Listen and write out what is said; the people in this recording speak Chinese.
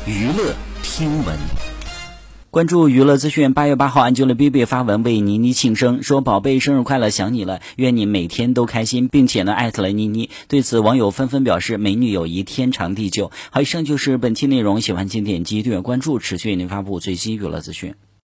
娱乐听闻。 关注娱乐资讯，8月8号，Angelababy 发文为倪妮庆生，说宝贝生日快乐，想你了，愿你每天都开心，并且艾特了倪妮。对此，网友纷纷表示美女友谊天长地久。好，以上就是本期内容，喜欢请点击订阅关注，持续为您发布最新娱乐资讯。